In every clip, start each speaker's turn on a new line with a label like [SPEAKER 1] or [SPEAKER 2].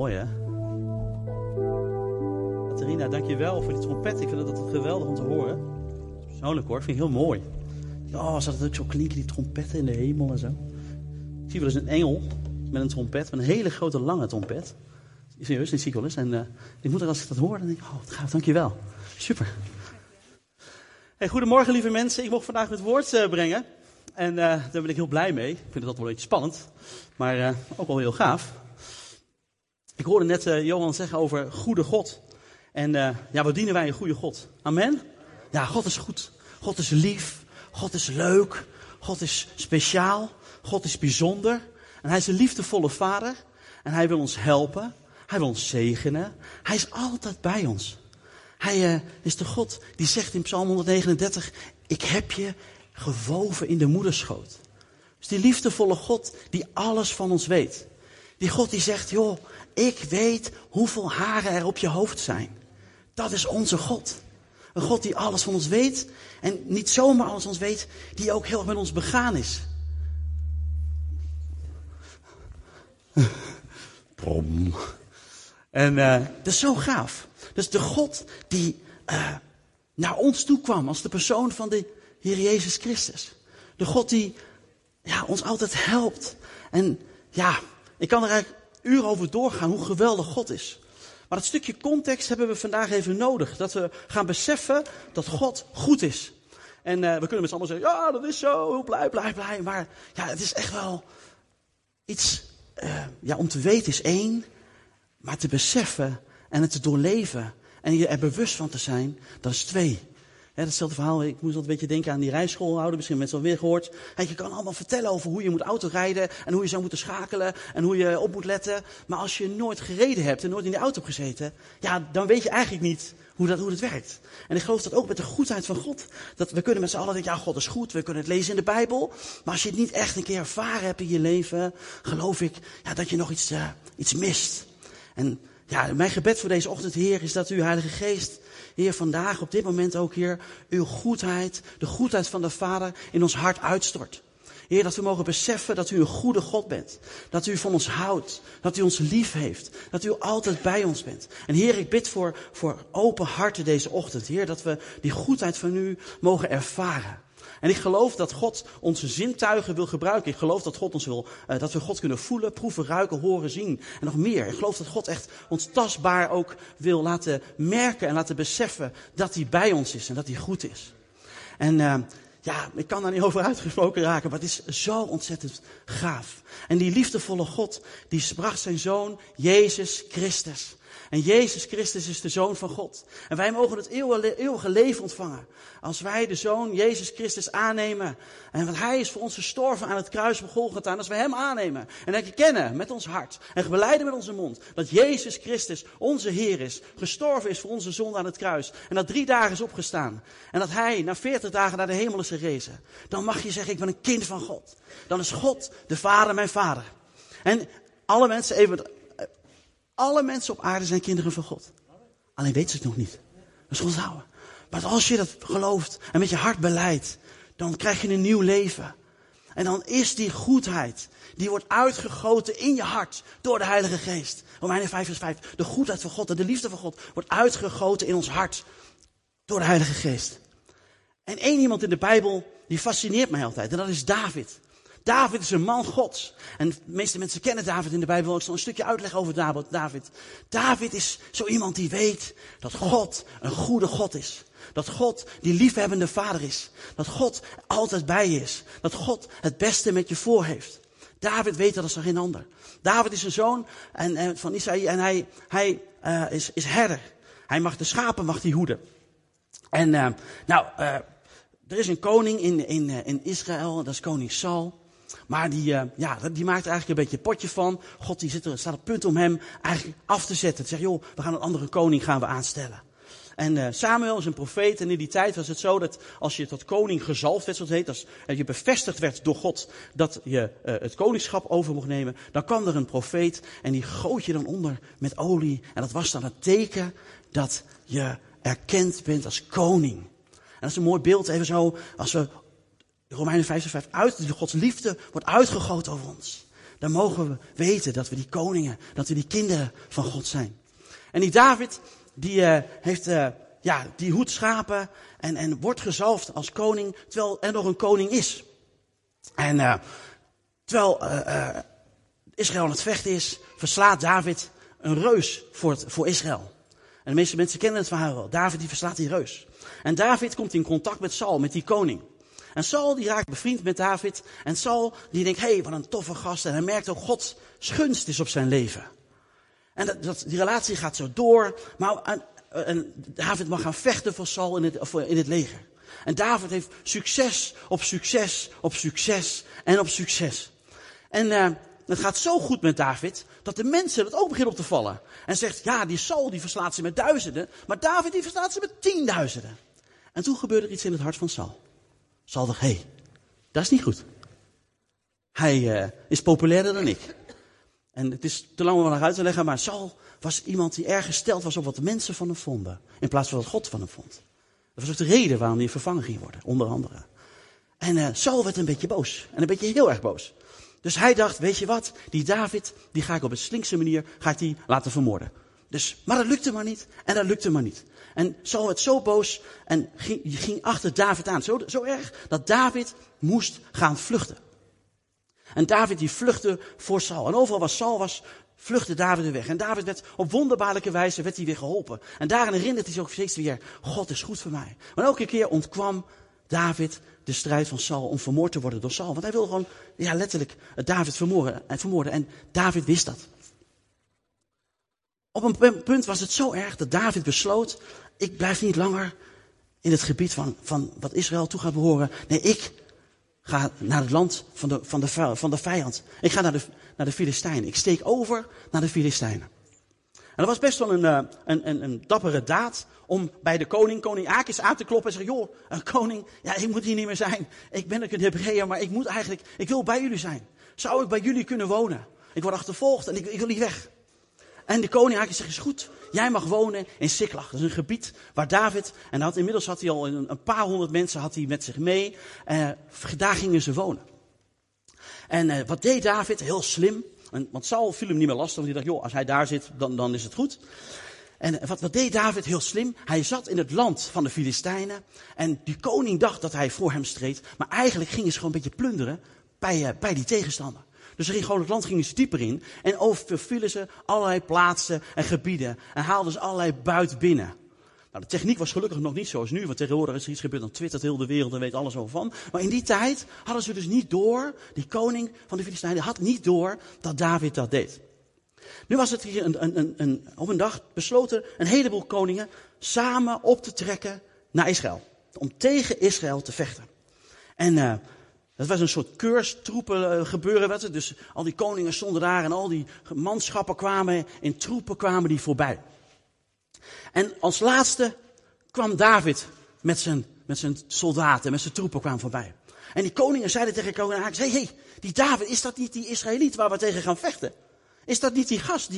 [SPEAKER 1] Mooi, hè? Catharina, dankjewel voor die trompet. Ik vind het altijd geweldig om te horen. Persoonlijk hoor, vind ik heel mooi. Oh, zou dat ook zo klinken, die trompetten in de hemel en zo. Ik zie wel eens een engel met een trompet, met een hele grote lange trompet. Serieus, die zie ik wel eens. En ik moet er, als ik dat hoor, dan denk ik, oh, wat gaaf, dankjewel. Super. Hey, goedemorgen lieve mensen. Ik mocht vandaag het woord brengen. En daar ben ik heel blij mee. Ik vind het altijd wel een beetje spannend. Maar ook wel heel gaaf. Ik hoorde net Johan zeggen over goede God. En ja, wat dienen wij een goede God? Amen? Ja, God is goed. God is lief. God is leuk. God is speciaal. God is bijzonder. En hij is een liefdevolle vader. En hij wil ons helpen. Hij wil ons zegenen. Hij is altijd bij ons. Hij is de God die zegt in Psalm 139... Ik heb je gewoven in de moederschoot. Dus die liefdevolle God die alles van ons weet. Die God die zegt, joh, ik weet hoeveel haren er op je hoofd zijn. Dat is onze God. Een God die alles van ons weet. En niet zomaar alles van ons weet, die ook heel erg met ons begaan is. Prom. En dat is zo gaaf. Dat is de God die naar ons toe kwam als de persoon van de Heer Jezus Christus. De God die ons altijd helpt. En ja, ik kan er eigenlijk uren over doorgaan hoe geweldig God is. Maar dat stukje context hebben we vandaag even nodig. Dat we gaan beseffen dat God goed is. En we kunnen met z'n allen zeggen, ja dat is zo, heel blij. Maar ja, het is echt wel iets om te weten is één. Maar te beseffen en het te doorleven en je er bewust van te zijn, dat is twee. Datzelfde verhaal, ik moest altijd een beetje denken aan die rijschoolhouder, misschien mensen al weer gehoord. Je kan allemaal vertellen over hoe je moet autorijden en hoe je zou moeten schakelen en hoe je op moet letten. Maar als je nooit gereden hebt en nooit in de auto hebt gezeten, ja, dan weet je eigenlijk niet hoe dat werkt. En ik geloof dat ook met de goedheid van God. Dat we kunnen met z'n allen denken, ja, God is goed, we kunnen het lezen in de Bijbel. Maar als je het niet echt een keer ervaren hebt in je leven, geloof ik dat je nog iets mist. En ja, mijn gebed voor deze ochtend, Heer, is dat u, Heilige Geest, Heer, vandaag op dit moment ook, Heer, uw goedheid, de goedheid van de Vader in ons hart uitstort. Heer, dat we mogen beseffen dat u een goede God bent. Dat u van ons houdt. Dat u ons lief heeft. Dat u altijd bij ons bent. En Heer, ik bid voor open harten deze ochtend. Heer, dat we die goedheid van u mogen ervaren. En ik geloof dat God onze zintuigen wil gebruiken. Ik geloof dat God ons wil, dat we God kunnen voelen, proeven, ruiken, horen, zien. En nog meer. Ik geloof dat God echt ons tastbaar ook wil laten merken en laten beseffen dat hij bij ons is en dat hij goed is. En ik kan daar niet over uitgesproken raken, maar het is zo ontzettend gaaf. En die liefdevolle God, die bracht zijn zoon, Jezus Christus. En Jezus Christus is de Zoon van God. En wij mogen het eeuwige leven ontvangen. Als wij de Zoon Jezus Christus aannemen. En want hij is voor ons gestorven aan het kruis op Golgotha. En als we hem aannemen en erkennen met ons hart. En belijden met onze mond. Dat Jezus Christus onze Heer is. Gestorven is voor onze zonde aan het kruis. En dat 3 dagen is opgestaan. En dat hij na 40 dagen naar de hemel is gerezen. Dan mag je zeggen, ik ben een kind van God. Dan is God de Vader mijn Vader. En alle mensen op aarde zijn kinderen van God. Alleen weten ze het nog niet. Dat is onthouden. Maar als je dat gelooft en met je hart belijdt, dan krijg je een nieuw leven. En dan is die goedheid, die wordt uitgegoten in je hart door de Heilige Geest. Romeinen 5 vers 5. De goedheid van God en de liefde van God wordt uitgegoten in ons hart door de Heilige Geest. En één iemand in de Bijbel, die fascineert mij altijd. En dat is David. David is een man Gods. En de meeste mensen kennen David in de Bijbel. Ik zal een stukje uitleggen over David. David is zo iemand die weet dat God een goede God is. Dat God die liefhebbende vader is. Dat God altijd bij je is. Dat God het beste met je voor heeft. David weet dat als er geen ander. David is een zoon van Isaïe en hij is herder. Hij mag de schapen hoeden. En er is een koning in Israël, dat is koning Saul. Maar die maakt er eigenlijk een beetje een potje van. God staat op punt om hem eigenlijk af te zetten. Te zeggen, joh, we gaan een andere koning aanstellen. En Samuel is een profeet en in die tijd was het zo dat als je tot koning gezalfd werd, zoals het heet, als je bevestigd werd door God dat je het koningschap over mocht nemen, dan kwam er een profeet en die goot je dan onder met olie. En dat was dan het teken dat je erkend bent als koning. En dat is een mooi beeld, even zo, als we Romeinen 5 vers 5 Gods liefde wordt uitgegoten over ons. dan mogen we weten dat we die koningen, dat we die kinderen van God zijn. En die David, die heeft die hoedt schapen en wordt gezalfd als koning, terwijl er nog een koning is. En terwijl Israël aan het vechten is, verslaat David een reus voor Israël. En de meeste mensen kennen het verhaal wel. David die verslaat die reus. En David komt in contact met Saul, met die koning. En Saul die raakt bevriend met David. En Saul die denkt, hé, wat een toffe gast. En hij merkt ook, Gods gunst is op zijn leven. En die relatie gaat zo door. Maar en David mag gaan vechten voor Saul in het leger. En David heeft succes op succes op succes en op succes. En het gaat zo goed met David, dat de mensen het ook beginnen op te vallen. En zegt, ja, die Saul die verslaat ze met duizenden, maar David die verslaat ze met tienduizenden. En toen gebeurde er iets in het hart van Saul. Saul dacht, hé, dat is niet goed. Hij is populairder dan ik. En het is te lang om naar uit te leggen, maar Saul was iemand die erg gesteld was op wat de mensen van hem vonden. In plaats van wat God van hem vond. Dat was ook de reden waarom hij vervangen ging worden, onder andere. En Saul werd een beetje boos. En een beetje heel erg boos. Dus hij dacht, weet je wat, die David, die ga ik op een slinkse manier, laten vermoorden. Maar dat lukte maar niet. En dat lukte maar niet. En Saul werd zo boos en ging achter David aan. Zo erg dat David moest gaan vluchten. En David die vluchtte voor Saul. En overal waar Saul was, vluchtte David er weg. En David werd op wonderbaarlijke wijze weer geholpen. En daarin herinnert hij zich ook steeds weer, God is goed voor mij. Maar elke keer ontkwam David de strijd van Saul om vermoord te worden door Saul. Want hij wilde gewoon letterlijk David vermoorden. En David wist dat. Op een punt was het zo erg dat David besloot, ik blijf niet langer in het gebied van wat Israël toe gaat behoren. Nee, ik ga naar het land van de vijand. Ik ga naar de Filistijnen. Ik steek over naar de Filistijnen. En dat was best wel een dappere daad om bij de koning Akis aan te kloppen en zeggen, joh, koning, ja, ik moet hier niet meer zijn. Ik ben ook een Hebreeër, maar ik wil bij jullie zijn. Zou ik bij jullie kunnen wonen? Ik word achtervolgd en ik wil niet weg. En de koning Akis zegt, is goed, jij mag wonen in Siklag. Dat is een gebied waar David, en inmiddels had hij al een paar honderd mensen met zich mee. Daar gingen ze wonen. En wat deed David? Heel slim. Want Saul viel hem niet meer lastig, want hij dacht, joh, als hij daar zit, dan is het goed. En wat deed David? Heel slim. Hij zat in het land van de Filistijnen. En die koning dacht dat hij voor hem streed. Maar eigenlijk gingen ze gewoon een beetje plunderen bij die tegenstander. Dus ze gingen gewoon het land dieper in. En overvielen ze allerlei plaatsen en gebieden. En haalden ze allerlei buit binnen. Nou, de techniek was gelukkig nog niet zoals nu. Want tegenwoordig is er iets gebeurd, dan twittert heel de wereld en weet alles over van. Maar in die tijd hadden ze dus niet door, die koning van de Filistijnen had niet door dat David dat deed. Nu was het hier op een dag besloten een heleboel koningen samen op te trekken naar Israël. Om tegen Israël te vechten. En dat was een soort keurstroepen gebeuren. Dus al die koningen stonden daar en al die manschappen kwamen die voorbij. En als laatste kwam David met zijn soldaten, met zijn troepen kwamen voorbij. En die koningen zeiden tegen koning Akis, hey, die David, is dat niet die Israëliet waar we tegen gaan vechten? Is dat niet die gast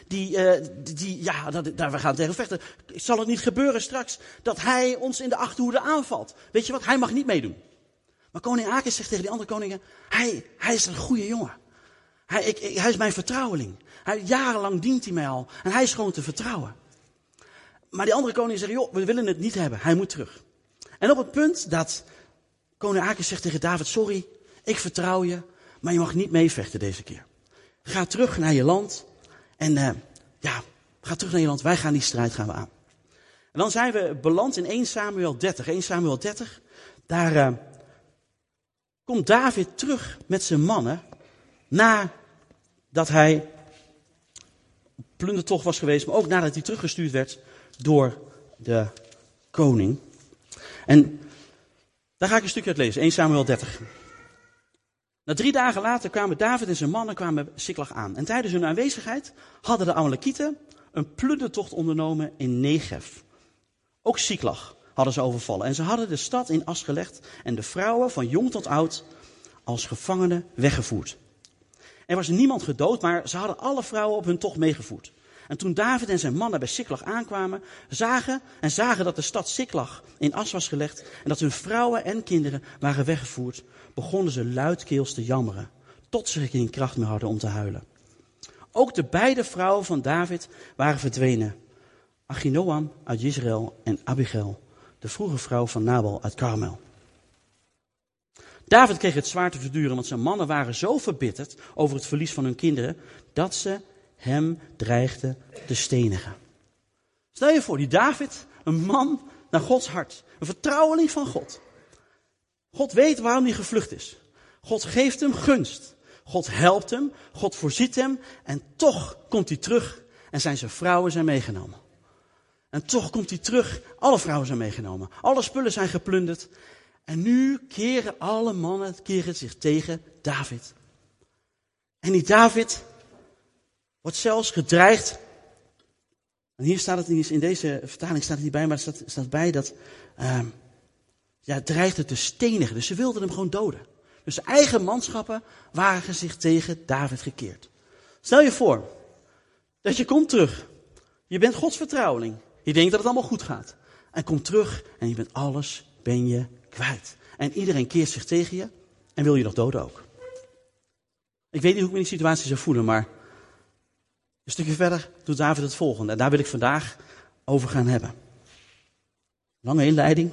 [SPEAKER 1] daar we gaan tegen vechten? Zal het niet gebeuren straks dat hij ons in de achterhoede aanvalt? Weet je wat, hij mag niet meedoen. Maar koning Akis zegt tegen die andere koningen, hij is een goede jongen. Hij is mijn vertrouweling. Jarenlang dient hij mij al en hij is gewoon te vertrouwen. Maar die andere koningen zeggen, joh, we willen het niet hebben. Hij moet terug. En op het punt dat koning Akis zegt tegen David, sorry, ik vertrouw je, maar je mag niet meevechten deze keer. Ga terug naar je land. En ga terug naar je land. Wij gaan die strijd aan. En dan zijn we beland in 1 Samuel 30. 1 Samuel 30, daar komt David terug met zijn mannen nadat hij op plundertocht was geweest, maar ook nadat hij teruggestuurd werd door de koning. En daar ga ik een stukje uit lezen, 1 Samuel 30. 3 dagen later kwamen David en zijn mannen Siklag aan. En tijdens hun aanwezigheid hadden de Amalekieten een plundertocht ondernomen in Negev. Ook Siklag hadden ze overvallen. En ze hadden de stad in as gelegd en de vrouwen van jong tot oud als gevangenen weggevoerd. Er was niemand gedood, maar ze hadden alle vrouwen op hun tocht meegevoerd. En toen David en zijn mannen bij Siklag aankwamen, zagen dat de stad Siklag in as was gelegd en dat hun vrouwen en kinderen waren weggevoerd, begonnen ze luidkeels te jammeren. tot ze geen kracht meer hadden om te huilen. Ook de beide vrouwen van David waren verdwenen. Achinoam uit Jezreel en Abigail, de vroege vrouw van Nabal uit Karmel. David kreeg het zwaar te verduren, want zijn mannen waren zo verbitterd over het verlies van hun kinderen, dat ze hem dreigden te stenigen. Stel je voor, die David, een man naar Gods hart, een vertrouweling van God. God weet waarom hij gevlucht is. God geeft hem gunst. God helpt hem, God voorziet hem en toch komt hij terug en zijn vrouwen zijn meegenomen. En toch komt hij terug, alle vrouwen zijn meegenomen, alle spullen zijn geplunderd. En nu keren alle mannen zich tegen David. En die David wordt zelfs gedreigd. En hier staat het niet, in deze vertaling staat het niet bij, maar er staat bij dat dreigde te stenigen. Dus ze wilden hem gewoon doden. Dus de eigen manschappen waren zich tegen David gekeerd. Stel je voor dat je komt terug. Je bent Gods vertrouweling. Je denkt dat het allemaal goed gaat. En komt terug en je bent alles ben je kwijt. En iedereen keert zich tegen je en wil je nog doden ook. Ik weet niet hoe ik me in die situatie zou voelen, maar een stukje verder doet David het volgende. En daar wil ik vandaag over gaan hebben. Lange inleiding.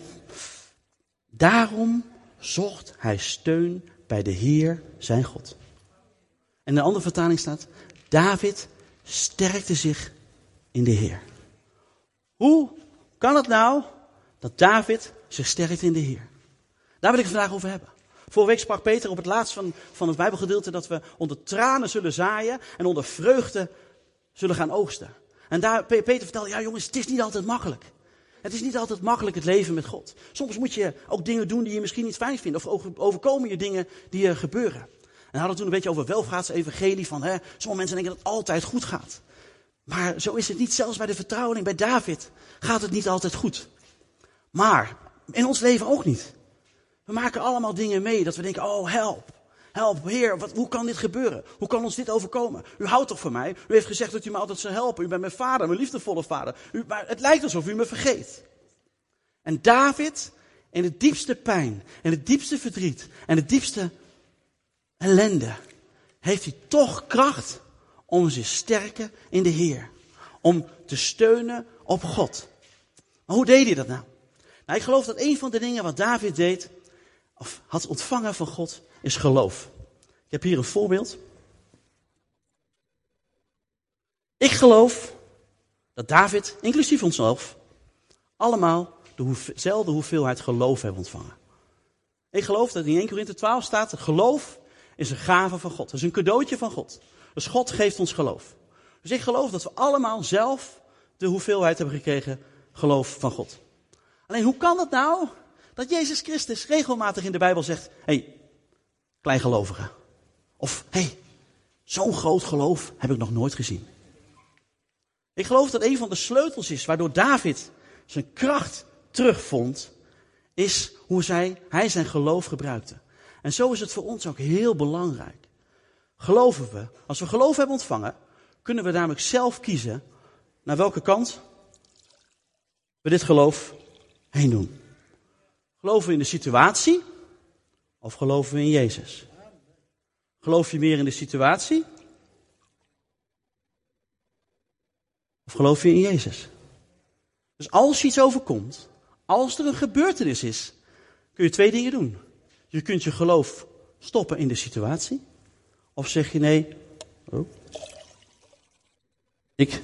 [SPEAKER 1] Daarom zocht hij steun bij de Heer zijn God. En in de andere vertaling staat, David sterkte zich in de Heer. Hoe kan het nou dat David zich sterkt in de Heer? Daar wil ik het vandaag over hebben. Vorige week sprak Peter op het laatst van het Bijbelgedeelte dat we onder tranen zullen zaaien en onder vreugde zullen gaan oogsten. En daar Peter vertelde, ja jongens, het is niet altijd makkelijk. Het is niet altijd makkelijk het leven met God. Soms moet je ook dingen doen die je misschien niet fijn vindt. Of overkomen je dingen die er gebeuren. En we hadden toen een beetje over welvaartsevangelie. Van sommige mensen denken dat het altijd goed gaat. Maar zo is het niet. Zelfs bij de vertrouweling, bij David, gaat het niet altijd goed. Maar in ons leven ook niet. We maken allemaal dingen mee dat we denken, oh help. Help, Heer, hoe kan dit gebeuren? Hoe kan ons dit overkomen? U houdt toch van mij? U heeft gezegd dat u me altijd zou helpen. U bent mijn vader, mijn liefdevolle vader. Maar het lijkt alsof u me vergeet. En David, in de diepste pijn, en het diepste verdriet, en de diepste ellende, heeft hij toch kracht om zich te sterken in de Heer. Om te steunen op God. Maar hoe deed hij dat nou? Nou, ik geloof dat een van de dingen wat David deed, of had ontvangen van God, is geloof. Ik heb hier een voorbeeld. Ik geloof dat David, inclusief onszelf, allemaal dezelfde hoeveelheid geloof hebben ontvangen. Ik geloof dat in 1 Korinthe 12 staat, dat geloof is een gave van God. Dat is een cadeautje van God. Dus God geeft ons geloof. Dus ik geloof dat we allemaal zelf de hoeveelheid hebben gekregen geloof van God. Alleen hoe kan het nou dat Jezus Christus regelmatig in de Bijbel zegt, hey, kleingelovige. Of, hey, zo'n groot geloof heb ik nog nooit gezien. Ik geloof dat een van de sleutels is waardoor David zijn kracht terugvond, is hoe hij zijn geloof gebruikte. En zo is het voor ons ook heel belangrijk. Geloven we, als we geloof hebben ontvangen, kunnen we namelijk zelf kiezen naar welke kant we dit geloof heen doen. Geloven we in de situatie of geloven we in Jezus? Geloof je meer in de situatie of geloof je in Jezus? Dus als je iets overkomt, als er een gebeurtenis is, kun je 2 dingen doen. Je kunt je geloof stoppen in de situatie. Of zeg je nee, ik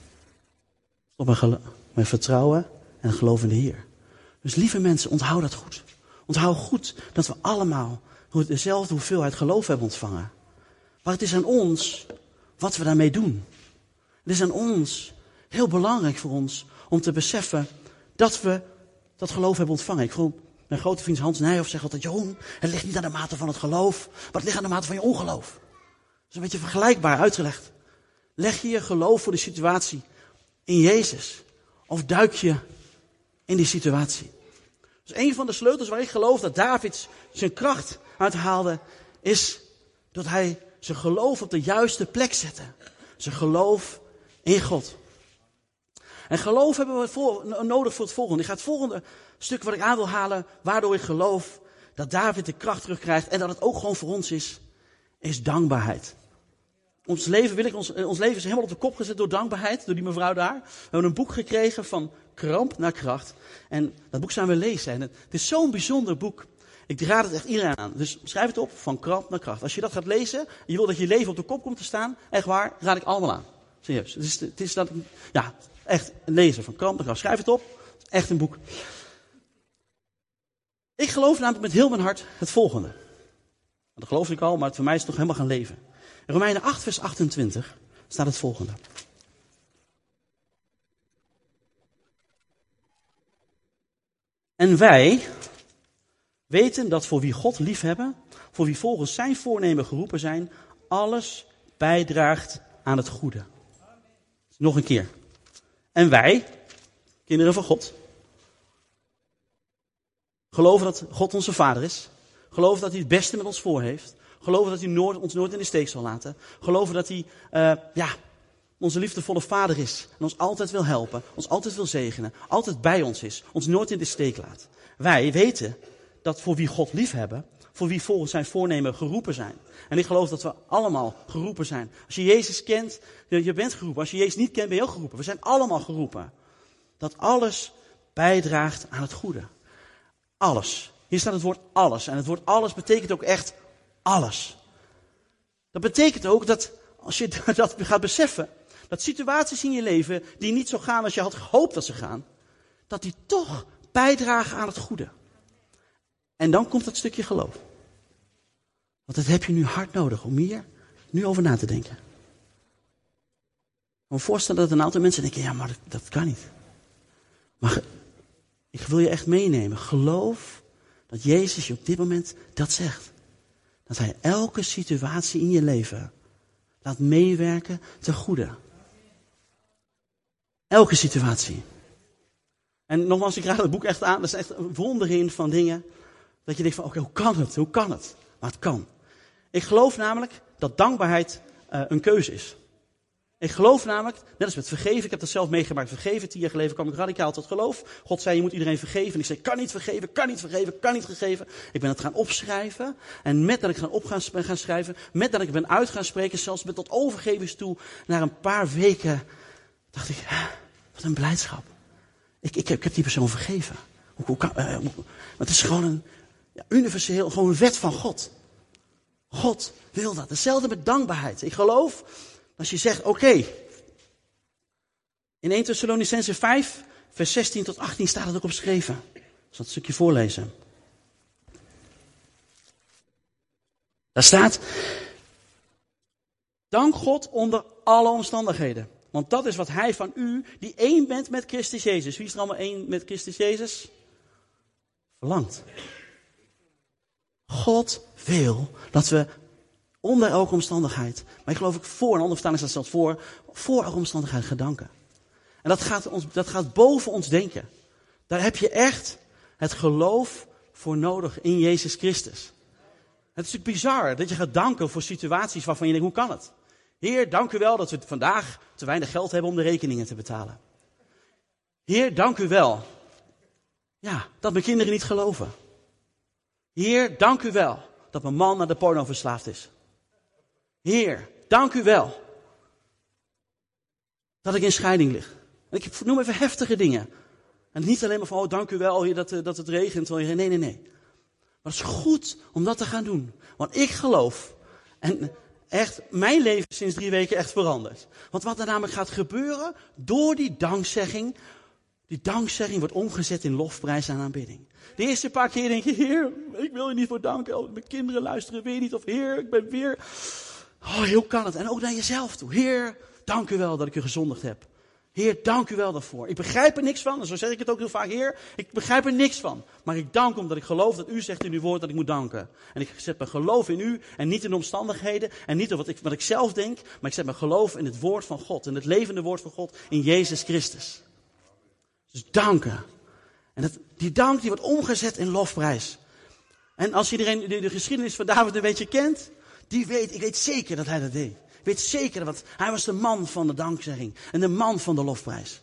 [SPEAKER 1] stop mijn vertrouwen en geloof in de Heer. Dus lieve mensen, onthoud dat goed. Onthoud goed dat we allemaal dezelfde hoeveelheid geloof hebben ontvangen. Maar het is aan ons wat we daarmee doen. Het is aan ons, heel belangrijk voor ons, om te beseffen dat we dat geloof hebben ontvangen. Ik vroeg mijn grote vriend Hans Nijhoff zegt altijd, Jeroen, het ligt niet aan de mate van het geloof, maar het ligt aan de mate van je ongeloof. Dat is een beetje vergelijkbaar uitgelegd. Leg je je geloof voor de situatie in Jezus? Of duik je in die situatie? Dus een van de sleutels waar ik geloof dat David zijn kracht uithaalde, is dat hij zijn geloof op de juiste plek zette. Zijn geloof in God. En geloof hebben we nodig voor het volgende. Ik ga het volgende stuk wat ik aan wil halen, waardoor ik geloof dat David de kracht terugkrijgt en dat het ook gewoon voor ons is is dankbaarheid. Ons leven is helemaal op de kop gezet door dankbaarheid, door die mevrouw daar. We hebben een boek gekregen van kramp naar kracht. En dat boek zijn we lezen. En het is zo'n bijzonder boek. Ik raad het echt iedereen aan. Dus schrijf het op, van kramp naar kracht. Als je dat gaat lezen, en je wil dat je leven op de kop komt te staan, echt waar, raad ik allemaal aan. Serieus. Het is dat, ja, echt een lezer van kramp naar kracht. Schrijf het op. Echt een boek. Ik geloof namelijk met heel mijn hart het volgende. Dat geloof ik al, maar voor mij is het nog helemaal gaan leven. In Romeinen 8 vers 28 staat het volgende. En wij weten dat voor wie God liefhebben, voor wie volgens zijn voornemen geroepen zijn, alles bijdraagt aan het goede. Nog een keer. En wij, kinderen van God, geloven dat God onze Vader is. Geloven dat hij het beste met ons voor heeft. Geloven dat hij ons nooit in de steek zal laten. Geloven dat hij onze liefdevolle Vader is. En ons altijd wil helpen. Ons altijd wil zegenen. Altijd bij ons is. Ons nooit in de steek laat. Wij weten dat voor wie God liefhebben, voor wie volgens zijn voornemen geroepen zijn. En ik geloof dat we allemaal geroepen zijn. Als je Jezus kent, je bent geroepen. Als je Jezus niet kent, ben je ook geroepen. We zijn allemaal geroepen. Dat alles bijdraagt aan het goede. Alles. Hier staat het woord alles. En het woord alles betekent ook echt alles. Dat betekent ook dat, als je dat gaat beseffen, dat situaties in je leven die niet zo gaan als je had gehoopt dat ze gaan, dat die toch bijdragen aan het goede. En dan komt dat stukje geloof. Want dat heb je nu hard nodig om hier nu over na te denken. Ik kan me voorstellen dat een aantal mensen denken, ja, maar dat kan niet. Maar ik wil je echt meenemen. Geloof dat Jezus je op dit moment dat zegt. Dat hij elke situatie in je leven laat meewerken ten goede. Elke situatie. En nogmaals, ik raad het boek echt aan. Er is echt een wonder in van dingen. Dat je denkt van, oké, hoe kan het? Hoe kan het? Maar het kan. Ik geloof namelijk dat dankbaarheid een keuze is. Ik geloof namelijk, net als met vergeven, ik heb dat zelf meegemaakt. Vergeven, 10 jaar geleden kwam ik radicaal tot geloof. God zei, je moet iedereen vergeven. En ik zei, kan niet vergeven, kan niet vergeven, kan niet vergeven. Ik ben het gaan opschrijven. En met dat ik ben gaan schrijven, met dat ik ben uit gaan spreken, zelfs met tot overgevens toe, na een paar weken, dacht ik, wat een blijdschap. Ik heb die persoon vergeven. Het is gewoon een universeel, gewoon een wet van God. God wil dat. Hetzelfde met dankbaarheid. Ik geloof, als je zegt, oké. In 1 Thessalonicenzen 5, vers 16 tot 18 staat het ook opgeschreven. Ik zal het stukje voorlezen. Daar staat, dank God onder alle omstandigheden. Want dat is wat hij van u, die één bent met Christus Jezus. Wie is er allemaal één met Christus Jezus? Verlangt. God wil dat we onder elke omstandigheid, maar ik geloof ook voor, een andere vertaling staat zelfs voor elke omstandigheid gedanken. En dat gaat boven ons denken. Daar heb je echt het geloof voor nodig in Jezus Christus. Het is natuurlijk bizar dat je gaat danken voor situaties waarvan je denkt, hoe kan het? Heer, dank u wel dat we vandaag te weinig geld hebben om de rekeningen te betalen. Heer, dank u wel. Ja, dat mijn kinderen niet geloven. Heer, dank u wel dat mijn man naar de porno verslaafd is. Heer, dank u wel dat ik in scheiding lig. En ik noem even heftige dingen. En niet alleen maar van, oh dank u wel Heer, dat het regent. Nee. Maar het is goed om dat te gaan doen. Want ik geloof, en echt, mijn leven is sinds 3 weken echt veranderd. Want wat er namelijk gaat gebeuren, door die dankzegging wordt omgezet in lofprijs en aanbidding. De eerste paar keer denk je, Heer, ik wil je niet voor danken. Oh, mijn kinderen luisteren weer niet. Of Heer, ik ben weer... Oh, hoe kan het? En ook naar jezelf toe. Heer, dank u wel dat ik u gezondigd heb. Heer, dank u wel daarvoor. Ik begrijp er niks van. En zo zeg ik het ook heel vaak. Heer, ik begrijp er niks van. Maar ik dank u omdat ik geloof dat u zegt in uw woord dat ik moet danken. En ik zet mijn geloof in u en niet in de omstandigheden. En niet in wat ik zelf denk. Maar ik zet mijn geloof in het woord van God. In het levende woord van God. In Jezus Christus. Dus danken. En die dank die wordt omgezet in lofprijs. En als iedereen de geschiedenis van David een beetje kent. Ik weet zeker dat hij dat deed. Ik weet zeker dat hij was de man van de dankzegging. En de man van de lofprijs.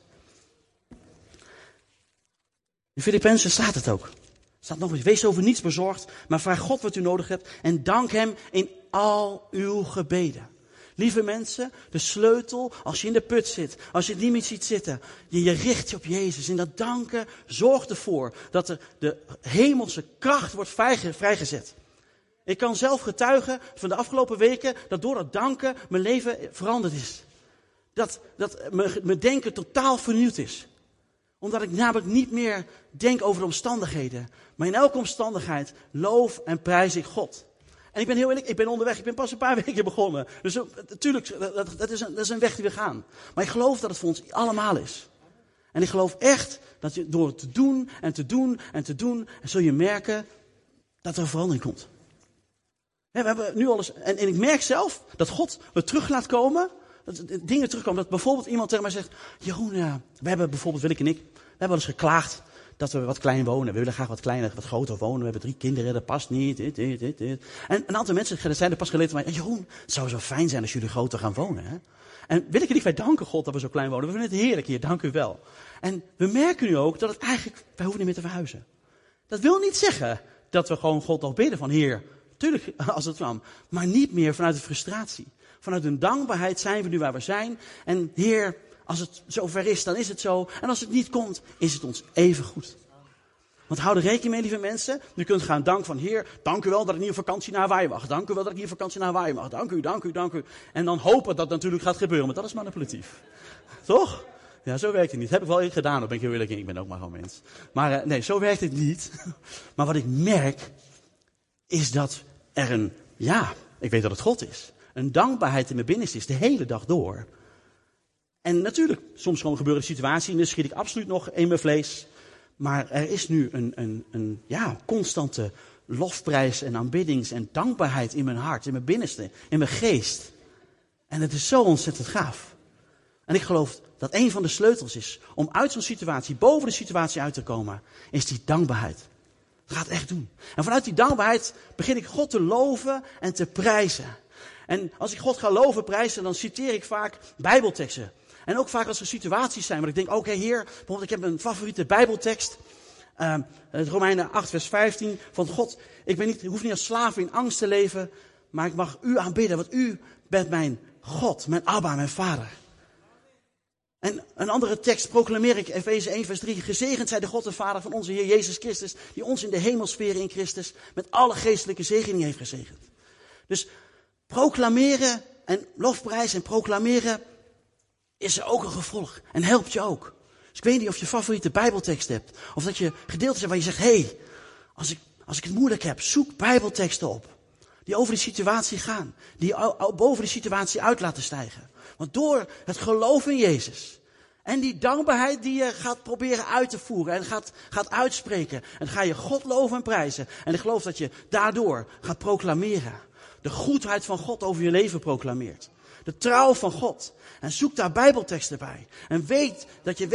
[SPEAKER 1] In Filippenzen staat het ook. Er staat nog eens, wees over niets bezorgd, maar vraag God wat u nodig hebt. En dank hem in al uw gebeden. Lieve mensen, de sleutel, als je in de put zit, als je het niet meer ziet zitten, je richt je op Jezus. En dat danken zorgt ervoor dat er de hemelse kracht wordt vrijgezet. Ik kan zelf getuigen van de afgelopen weken dat door dat danken mijn leven veranderd is. Dat mijn denken totaal vernieuwd is. Omdat ik namelijk niet meer denk over de omstandigheden. Maar in elke omstandigheid loof en prijs ik God. En ik ben heel eerlijk, ik ben onderweg. Ik ben pas een paar weken begonnen. Dus natuurlijk, dat is een weg die we gaan. Maar ik geloof dat het voor ons allemaal is. En ik geloof echt dat je door het te doen en te doen en te doen, zul je merken dat er een verandering komt. We hebben nu alles. En ik merk zelf dat God me terug laat komen. Dat dingen terugkomen. Dat bijvoorbeeld iemand tegen mij zegt: Jeroen, we hebben bijvoorbeeld, Willeke en ik, we hebben wel eens geklaagd dat we wat klein wonen. We willen graag wat kleiner, wat groter wonen. We hebben 3 kinderen, dat past niet. Dit. En een aantal mensen zijn er pas geleden van mij: Jeroen, het zou zo fijn zijn als jullie groter gaan wonen. Hè? En Willeke en ik, wij danken God dat we zo klein wonen. We vinden het heerlijk hier, dank u wel. En we merken nu ook dat het eigenlijk, wij hoeven niet meer te verhuizen. Dat wil niet zeggen dat we gewoon God nog bidden van: Heer, tuurlijk als het kwam, maar niet meer vanuit de frustratie. Vanuit een dankbaarheid zijn we nu waar we zijn. En Heer, als het zover is, dan is het zo. En als het niet komt, is het ons even goed. Want hou er rekening mee, lieve mensen. U kunt gaan danken van: Heer, dank u wel dat ik niet op vakantie naar Hawaii mag. Dank u wel dat ik niet op vakantie naar Hawaii mag. Dank u. En dan hopen dat dat natuurlijk gaat gebeuren. Maar dat is manipulatief. Toch? Ja, zo werkt het niet. Dat heb ik wel gedaan, dan ben ik heel eerlijk in. Ik ben ook maar gewoon mens. Maar nee, zo werkt het niet. Maar wat ik merk, is dat er ik weet dat het God is. Een dankbaarheid in mijn binnenste is de hele dag door. En natuurlijk, soms gewoon gebeuren situaties en dan schiet ik absoluut nog in mijn vlees. Maar er is nu een constante lofprijs en aanbiddings- en dankbaarheid in mijn hart, in mijn binnenste, in mijn geest. En het is zo ontzettend gaaf. En ik geloof dat een van de sleutels is om uit zo'n situatie, boven de situatie uit te komen, is die dankbaarheid. Het gaat echt doen. En vanuit die dankbaarheid begin ik God te loven en te prijzen. En als ik God ga loven, prijzen, dan citeer ik vaak Bijbelteksten. En ook vaak als er situaties zijn waar ik denk: oké, Heer, bijvoorbeeld ik heb een favoriete Bijbeltekst. Het Romeinen 8 vers 15. Van God, ik hoef niet als slaaf in angst te leven, maar ik mag u aanbidden, want u bent mijn God, mijn Abba, mijn Vader. En een andere tekst proclameer ik, Efeze 1 vers 3. Gezegend zij de God en Vader van onze Heer Jezus Christus, die ons in de hemelsferen in Christus met alle geestelijke zegeningen heeft gezegend. Dus proclameren en lofprijs en proclameren is er ook een gevolg en helpt je ook. Dus ik weet niet of je favoriete Bijbeltekst hebt. Of dat je gedeeltes hebt waar je zegt: hey, als ik het moeilijk heb, zoek Bijbelteksten op. Die over die situatie gaan. Die boven die situatie uit laten stijgen. Want door het geloof in Jezus en die dankbaarheid die je gaat proberen uit te voeren en gaat uitspreken. En ga je God loven en prijzen. En ik geloof dat je daardoor gaat proclameren. De goedheid van God over je leven proclameert. De trouw van God. En zoek daar Bijbelteksten bij. En weet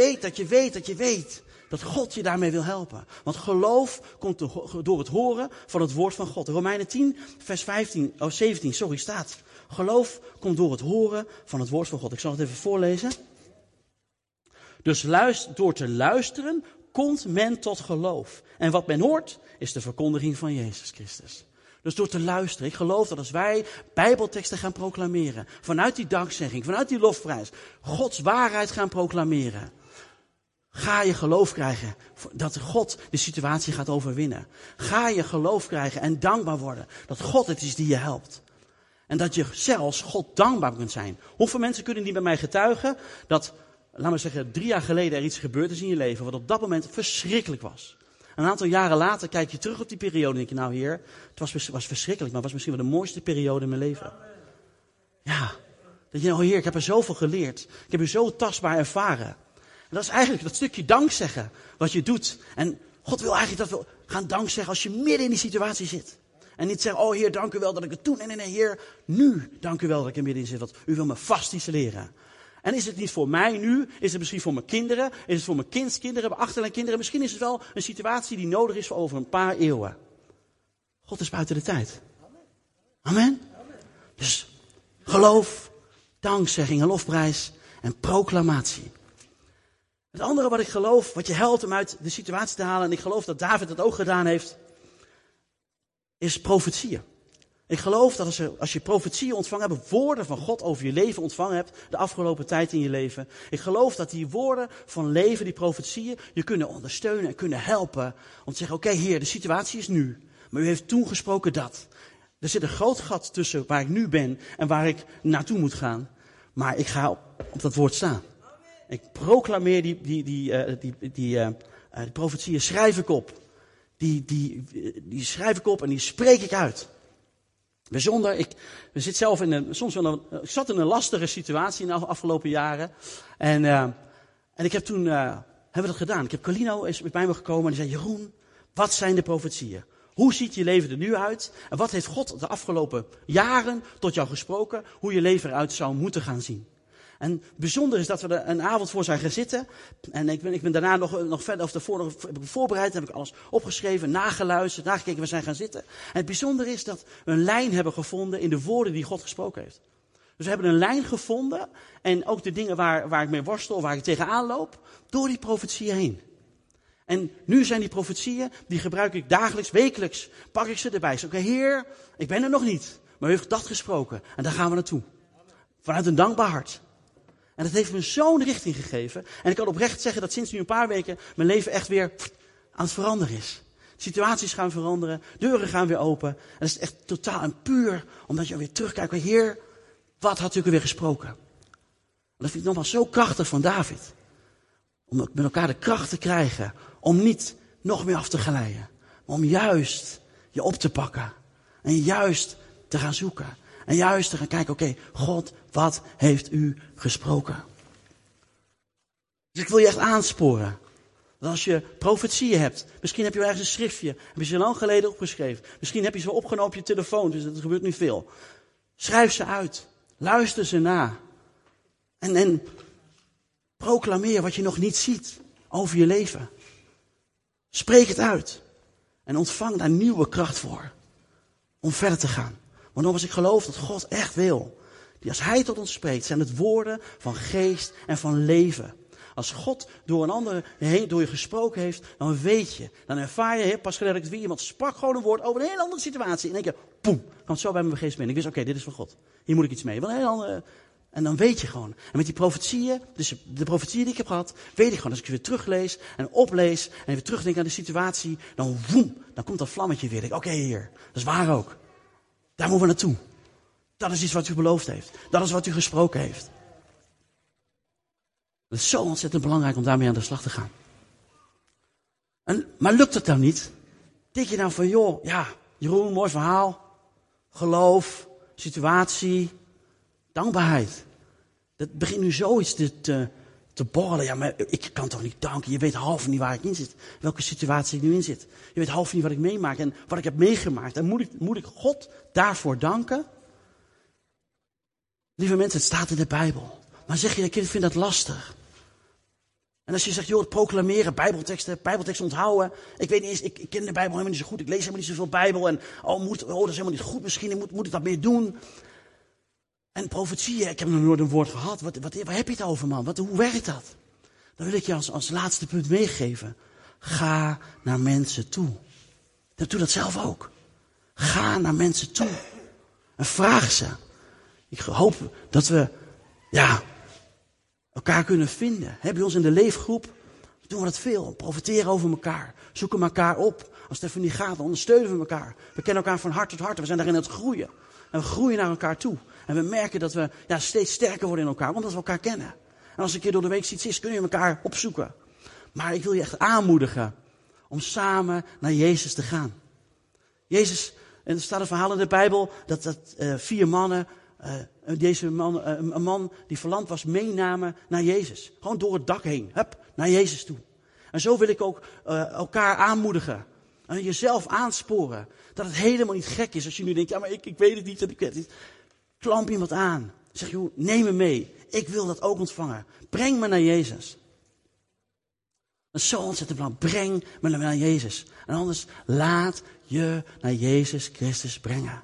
[SPEAKER 1] dat God je daarmee wil helpen. Want geloof komt door het horen van het woord van God. Romeinen 10 vers 17 staat: geloof komt door het horen van het woord van God. Ik zal het even voorlezen. Dus door te luisteren komt men tot geloof. En wat men hoort is de verkondiging van Jezus Christus. Dus door te luisteren. Ik geloof dat als wij Bijbelteksten gaan proclameren, vanuit die dankzegging, vanuit die lofprijs, Gods waarheid gaan proclameren, ga je geloof krijgen dat God de situatie gaat overwinnen. Ga je geloof krijgen en dankbaar worden dat God het is die je helpt. En dat je zelfs God dankbaar kunt zijn. Hoeveel mensen kunnen niet bij mij getuigen dat, laten we zeggen, 3 jaar geleden er iets gebeurd is in je leven wat op dat moment verschrikkelijk was. Een aantal jaren later kijk je terug op die periode en denk je: nou Heer, het was verschrikkelijk, maar het was misschien wel de mooiste periode in mijn leven. Ja, dat je: oh Heer, ik heb er zoveel geleerd. Ik heb u zo tastbaar ervaren. En dat is eigenlijk dat stukje dankzeggen wat je doet. En God wil eigenlijk dat we gaan dankzeggen als je midden in die situatie zit. En niet zeggen: oh Heer, dank u wel dat ik het doe. Nee, Heer, nu dank u wel dat ik er middenin zit. Want u wil me vast iets leren. En is het niet voor mij nu? Is het misschien voor mijn kinderen? Is het voor mijn kindskinderen, mijn achterkleinkinderen? Misschien is het wel een situatie die nodig is voor over een paar eeuwen. God is buiten de tijd. Amen? Dus geloof, dankzegging en lofprijs en proclamatie. Het andere wat ik geloof, wat je helpt om uit de situatie te halen, en ik geloof dat David dat ook gedaan heeft, is profetieën. Ik geloof dat als je profetieën ontvangen hebt, woorden van God over je leven ontvangen hebt, de afgelopen tijd in je leven. Ik geloof dat die woorden van leven, die profetieën, je kunnen ondersteunen en kunnen helpen. Om te zeggen, oké, Heer, de situatie is nu. Maar u heeft toen gesproken dat. Er zit een groot gat tussen waar ik nu ben en waar ik naartoe moet gaan. Maar ik ga op dat woord staan. Ik proclameer die profetieën, schrijf ik op. Die schrijf ik op en die spreek ik uit. Bijzonder, ik zat in een lastige situatie in de afgelopen jaren. En ik heb toen, hebben we dat gedaan. Carlino is bij me gekomen en die zei, Jeroen, wat zijn de profetieën? Hoe ziet je leven er nu uit? En wat heeft God de afgelopen jaren tot jou gesproken? Hoe je leven eruit zou moeten gaan zien? En bijzonder is dat we er een avond voor zijn gaan zitten. En ik ben daarna nog verder, of daarvoor nog heb ik voorbereid, heb ik alles opgeschreven, nageluisterd, nagekeken, we zijn gaan zitten. En het bijzondere is dat we een lijn hebben gevonden in de woorden die God gesproken heeft. Dus we hebben een lijn gevonden en ook de dingen waar ik mee worstel, waar ik tegenaan loop, door die profetieën heen. En nu zijn die profetieën, die gebruik ik dagelijks, wekelijks, pak ik ze erbij. Zeg, oké, Heer, ik ben er nog niet, maar u heeft dat gesproken en daar gaan we naartoe. Vanuit een dankbaar hart. En dat heeft me zo'n richting gegeven. En ik kan oprecht zeggen dat sinds nu een paar weken mijn leven echt weer aan het veranderen is. Situaties gaan veranderen, deuren gaan weer open. En dat is echt totaal en puur omdat je weer terugkijkt. Heer, wat had u weer gesproken? En dat vind ik nogmaals zo krachtig van David. Om met elkaar de kracht te krijgen om niet nog meer af te glijden. Maar om juist je op te pakken. En juist te gaan zoeken. En juist te gaan kijken, oké, God, wat heeft u gesproken? Dus ik wil je echt aansporen. Dat als je profetieën hebt, misschien heb je ergens een schriftje, heb je ze lang geleden opgeschreven. Misschien heb je ze opgenomen op je telefoon, dus dat gebeurt nu veel. Schrijf ze uit, luister ze na. En proclameer wat je nog niet ziet over je leven. Spreek het uit. En ontvang daar nieuwe kracht voor. Om verder te gaan. Want nogmaals, ik geloof dat God echt wil. Die als Hij tot ons spreekt, zijn het woorden van geest en van leven. Als God door een ander heen, door je gesproken heeft, dan weet je. Dan ervaar je, pas geleden weer iemand sprak gewoon een woord over een hele andere situatie. En in één keer, poem, kwam het zo bij mijn geest binnen. Ik wist, oké, dit is van God. Hier moet ik iets mee. Wel een hele andere. En dan weet je gewoon. En met die profetieën, dus de profetieën die ik heb gehad, weet ik gewoon. Als ik ze weer teruglees en oplees en weer terugdenk aan de situatie, dan woem, dan komt dat vlammetje weer. Oké, Heer, dat is waar ook. Daar moeten we naartoe. Dat is iets wat u beloofd heeft. Dat is wat u gesproken heeft. Het is zo ontzettend belangrijk om daarmee aan de slag te gaan. Maar lukt het dan niet? Denk je nou van, joh, ja, Jeroen, mooi verhaal. Geloof, situatie, dankbaarheid. Dat begint nu zoiets te borrelen. Ja, maar ik kan toch niet danken. Je weet half niet waar ik in zit. Welke situatie ik nu in zit. Je weet half niet wat ik meemaak en wat ik heb meegemaakt. En moet ik God daarvoor danken? Lieve mensen, het staat in de Bijbel. Maar zeg je, ik vind dat lastig. En als je zegt, joh, proclameren, bijbelteksten onthouden. Ik weet niet eens, ik ken de Bijbel helemaal niet zo goed. Ik lees helemaal niet zoveel Bijbel. En dat is helemaal niet goed misschien. Moet ik dat meer doen? En profetieën, ik heb nog nooit een woord gehad. Waar heb je het over, man? Hoe werkt dat? Dan wil ik je als laatste punt meegeven. Ga naar mensen toe. Doe dat zelf ook. Ga naar mensen toe. En vraag ze. Ik hoop dat we, elkaar kunnen vinden. Bij ons in de leefgroep doen we dat veel. Profiteren over elkaar. Zoeken elkaar op. Als het even niet gaat, dan ondersteunen we elkaar. We kennen elkaar van hart tot hart. We zijn daarin aan het groeien. En we groeien naar elkaar toe. En we merken dat we steeds sterker worden in elkaar. Omdat we elkaar kennen. En als een keer door de week iets is, kun je elkaar opzoeken. Maar ik wil je echt aanmoedigen om samen naar Jezus te gaan. Jezus, en er staat een verhaal in de Bijbel dat 4 mannen, een man die verlamd was, meenamen naar Jezus. Gewoon door het dak heen, naar Jezus toe. En zo wil ik ook elkaar aanmoedigen. En jezelf aansporen. Dat het helemaal niet gek is als je nu denkt, ja maar ik weet het niet en ik weet het niet. Klamp iemand aan. Zeg, joh, neem me mee. Ik wil dat ook ontvangen. Breng me naar Jezus. Dat is zo ontzettend belangrijk. Breng me naar Jezus. En anders laat je naar Jezus Christus brengen.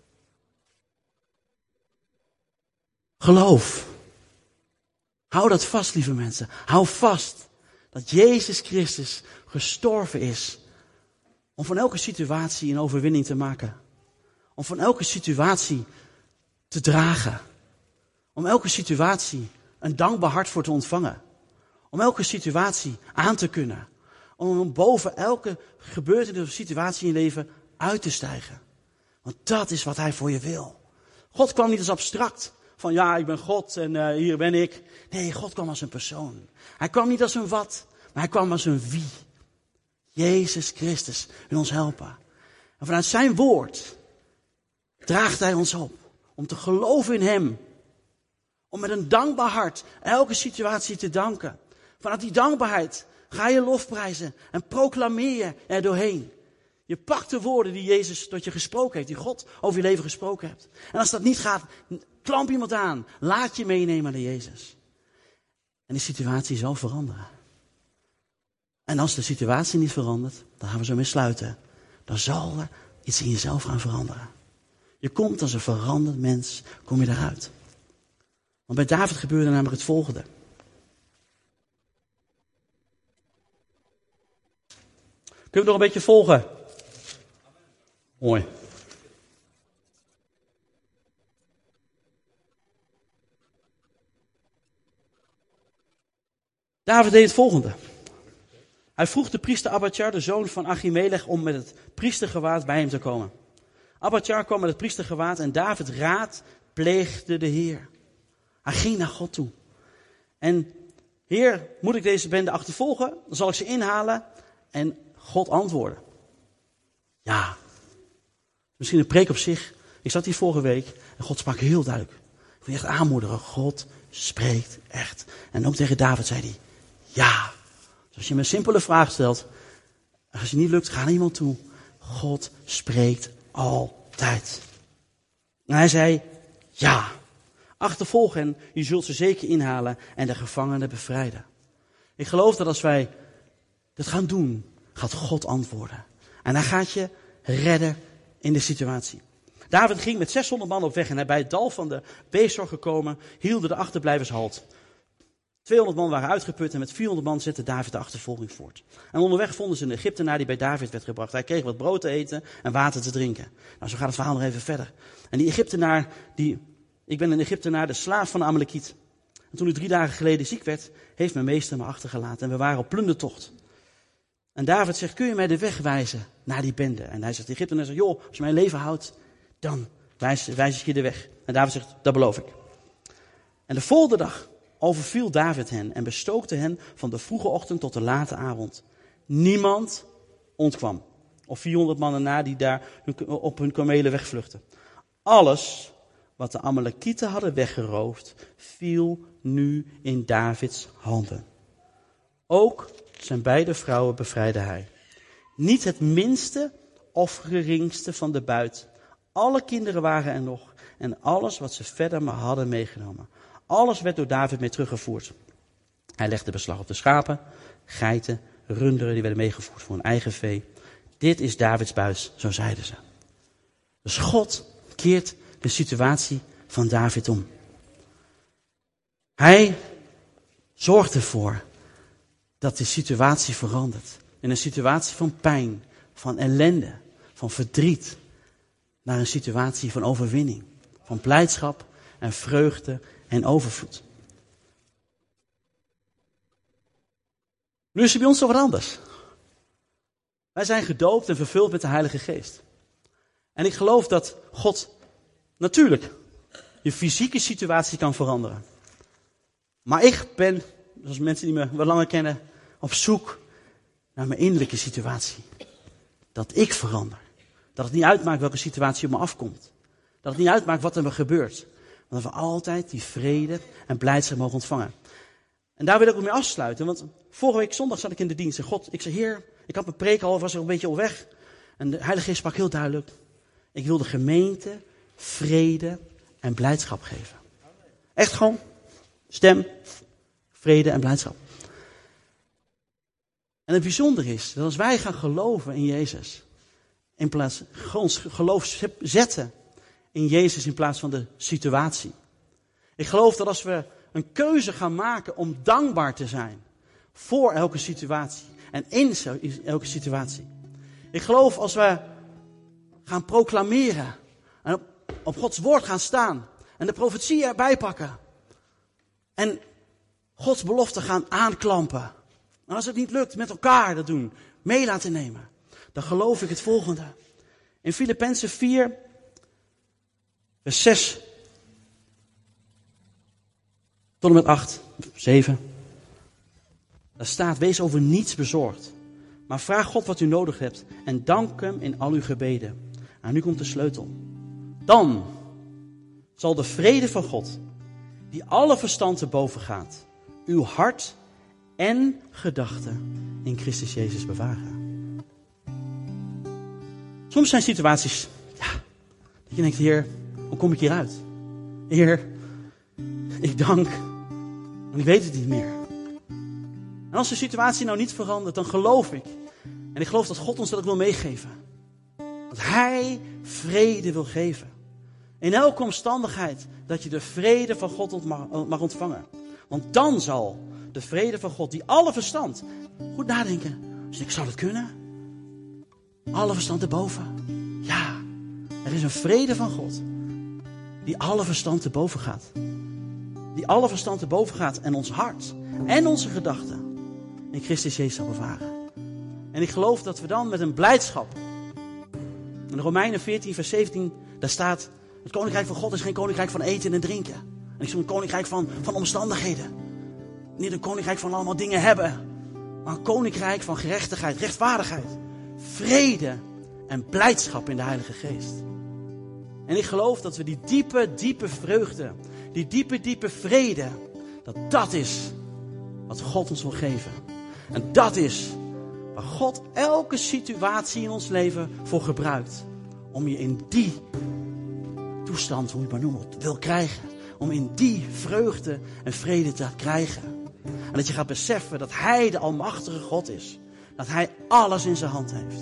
[SPEAKER 1] Geloof. Hou dat vast, lieve mensen. Hou vast dat Jezus Christus gestorven is om van elke situatie een overwinning te maken. Om van elke situatie te dragen. Om elke situatie een dankbaar hart voor te ontvangen. Om elke situatie aan te kunnen. Om boven elke gebeurtenis of situatie in je leven uit te stijgen. Want dat is wat hij voor je wil. God kwam niet als abstract. Van ja, ik ben God en hier ben ik. Nee, God kwam als een persoon. Hij kwam niet als een wat, maar hij kwam als een wie. Jezus Christus wil ons helpen. En vanuit zijn woord draagt hij ons op. Om te geloven in hem. Om met een dankbaar hart elke situatie te danken. Vanuit die dankbaarheid ga je lofprijzen en proclameer je er doorheen. Je pakt de woorden die Jezus tot je gesproken heeft, die God over je leven gesproken hebt. En als dat niet gaat, klamp iemand aan. Laat je meenemen naar Jezus. En die situatie zal veranderen. En als de situatie niet verandert, dan gaan we zo mee sluiten. Dan zal er iets in jezelf gaan veranderen. Je komt als een veranderd mens, kom je eruit. Want bij David gebeurde namelijk het volgende. Kun je nog een beetje volgen? Mooi. David deed het volgende. Hij vroeg de priester Abjatjar, de zoon van Achimelech, om met het priestergewaad bij hem te komen. Abjatjar kwam met het priestergewaad en David raadpleegde de Heer. Hij ging naar God toe. En Heer, moet ik deze bende achtervolgen? Dan zal ik ze inhalen. En God antwoordde. Ja. Misschien een preek op zich. Ik zat hier vorige week en God sprak heel duidelijk. Ik wil je echt aanmoedigen. God spreekt echt. En ook tegen David zei hij. Ja. Dus als je me een simpele vraag stelt. Als je niet lukt, ga naar iemand toe. God spreekt altijd. En hij zei. Ja. Achtervolg hen. Je zult ze zeker inhalen. En de gevangenen bevrijden. Ik geloof dat als wij dat gaan doen. Gaat God antwoorden. En hij gaat je redden in de situatie. David ging met 600 man op weg en bij het dal van de Besor gekomen, hielden de achterblijvers halt. 200 man waren uitgeput en met 400 man zette David de achtervolging voort. En onderweg vonden ze een Egyptenaar die bij David werd gebracht. Hij kreeg wat brood te eten en water te drinken. Nou, zo gaat het verhaal nog even verder. En die Egyptenaar, ik ben een Egyptenaar, de slaaf van de Amalekiet. En toen ik 3 dagen geleden ziek werd, heeft mijn meester me achtergelaten en we waren op plundertocht. En David zegt, kun je mij de weg wijzen naar die bende? En hij zegt, de Egyptenaar zegt, joh, als je mijn leven houdt, dan wijs ik je de weg. En David zegt, dat beloof ik. En de volgende dag overviel David hen en bestookte hen van de vroege ochtend tot de late avond. Niemand ontkwam. Of 400 mannen na die daar op hun kamelen wegvluchtten. Alles wat de Amalekieten hadden weggeroofd, viel nu in Davids handen. Ook zijn beide vrouwen bevrijdde hij. Niet het minste of geringste van de buit. Alle kinderen waren er nog. En alles wat ze verder maar hadden meegenomen. Alles werd door David mee teruggevoerd. Hij legde beslag op de schapen, geiten, runderen die werden meegevoerd voor hun eigen vee. Dit is Davids buit, zo zeiden ze. Dus God keert de situatie van David om. Hij zorgt ervoor dat die situatie verandert. In een situatie van pijn, van ellende, van verdriet. Naar een situatie van overwinning. Van blijdschap en vreugde en overvloed. Nu is het bij ons toch wat anders. Wij zijn gedoopt en vervuld met de Heilige Geest. En ik geloof dat God natuurlijk je fysieke situatie kan veranderen. Maar ik ben, zoals mensen die me wel langer kennen, op zoek naar mijn innerlijke situatie. Dat ik verander. Dat het niet uitmaakt welke situatie op me afkomt. Dat het niet uitmaakt wat er me gebeurt. Maar dat we altijd die vrede en blijdschap mogen ontvangen. En daar wil ik ook mee afsluiten. Want vorige week zondag zat ik in de dienst. En God, ik zei, Heer, ik had mijn preek al, was er een beetje op weg. En de Heilige Geest sprak heel duidelijk. Ik wil de gemeente vrede en blijdschap geven. Echt gewoon stem, vrede en blijdschap. En het bijzondere is dat als wij gaan geloven in Jezus, in plaats ons geloof zetten in Jezus in plaats van de situatie. Ik geloof dat als we een keuze gaan maken om dankbaar te zijn voor elke situatie en in elke situatie. Ik geloof als we gaan proclameren En op Gods woord gaan staan. En de profetie erbij pakken. En Gods belofte gaan aanklampen. En als het niet lukt, met elkaar dat doen. Mee laten nemen. Dan geloof ik het volgende. In Filippenzen 4, vers 6 tot en met 8, 7. Daar staat, wees over niets bezorgd. Maar vraag God wat u nodig hebt. En dank hem in al uw gebeden. En nu komt de sleutel. Dan zal de vrede van God, die alle verstand te boven gaat, uw hart en gedachten in Christus Jezus bewaren. Soms zijn situaties, dat je denkt, Heer, hoe kom ik hieruit? Heer, ik dank, en ik weet het niet meer. En als de situatie nou niet verandert, dan geloof ik. En ik geloof dat God ons dat ook wil meegeven. Dat Hij vrede wil geven. In elke omstandigheid dat je de vrede van God mag ontvangen. Want dan zal de vrede van God, die alle verstand, goed nadenken. Dus ik zou het kunnen? Alle verstand erboven. Ja, er is een vrede van God. Die alle verstand erboven gaat. Die alle verstand erboven gaat. En ons hart en onze gedachten in Christus Jezus zal bewaren. En ik geloof dat we dan met een blijdschap. In Romeinen 14 vers 17, daar staat, het koninkrijk van God is geen koninkrijk van eten en drinken. En ik zo'n een koninkrijk van omstandigheden. Niet een koninkrijk van allemaal dingen hebben. Maar een koninkrijk van gerechtigheid, rechtvaardigheid, vrede en blijdschap in de Heilige Geest. En ik geloof dat we die diepe vreugde, die diepe vrede, dat is wat God ons wil geven. En dat is waar God elke situatie in ons leven voor gebruikt. Om je in die toestand, hoe je het maar noemt, wil krijgen. Om in die vreugde en vrede te krijgen. En dat je gaat beseffen dat Hij de almachtige God is. Dat Hij alles in zijn hand heeft.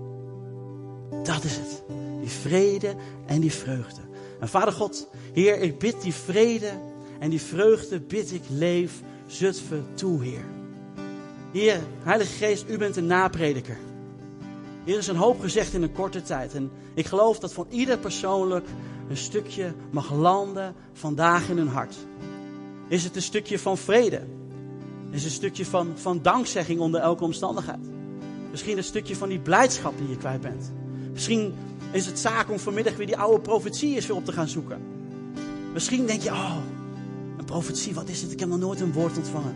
[SPEAKER 1] Dat is het. Die vrede en die vreugde. En Vader God, Heer, ik bid die vrede en die vreugde bid ik Leef Zutphen toe, Heer. Heer, Heilige Geest, u bent een naprediker. Hier is een hoop gezegd in een korte tijd. En ik geloof dat voor ieder persoonlijk een stukje mag landen vandaag in hun hart. Is het een stukje van vrede? Is het een stukje van dankzegging onder elke omstandigheid? Misschien een stukje van die blijdschap die je kwijt bent. Misschien is het zaak om vanmiddag weer die oude profetie eens weer op te gaan zoeken. Misschien denk je, een profetie, wat is het? Ik heb nog nooit een woord ontvangen.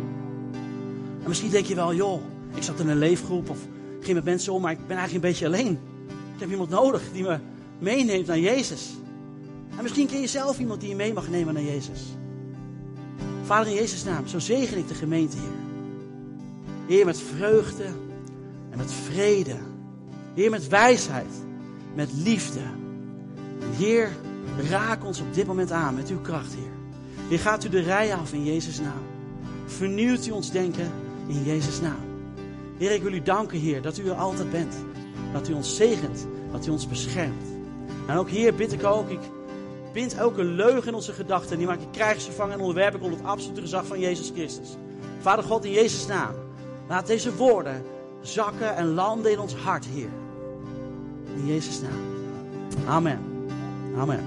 [SPEAKER 1] En misschien denk je wel, joh, ik zat in een leefgroep of ging met mensen om, maar ik ben eigenlijk een beetje alleen. Ik heb iemand nodig die me meeneemt naar Jezus. En misschien ken je zelf iemand die je mee mag nemen naar Jezus. Vader, in Jezus' naam, zo zegen ik de gemeente, Heer. Heer, met vreugde en met vrede. Heer, met wijsheid, met liefde. En Heer, raak ons op dit moment aan met uw kracht, Heer. Heer, gaat u de rij af in Jezus' naam. Vernieuwt u ons denken in Jezus' naam. Heer, ik wil u danken, Heer, dat u er altijd bent. Dat u ons zegent, dat u ons beschermt. En ook, Heer, bid ik ook, ik bind elke leugen in onze gedachten. Die maak ik krijgsgevangen en onderwerp ik onder het absolute gezag van Jezus Christus. Vader God, in Jezus' naam, laat deze woorden zakken en landen in ons hart, Heer. In Jezus' naam. Amen. Amen.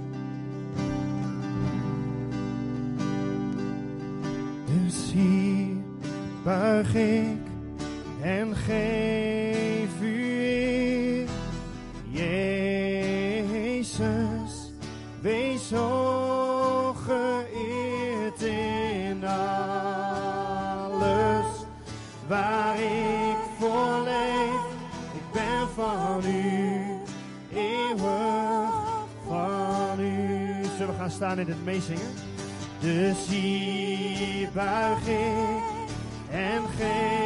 [SPEAKER 2] Dus hier buig ik en geef u eer. Jezus, wees zo geëerd in alles waar ik voor leef. Ik ben van u, eeuwig van u. Zullen we gaan staan in het meezingen? Dus hier buig ik en geef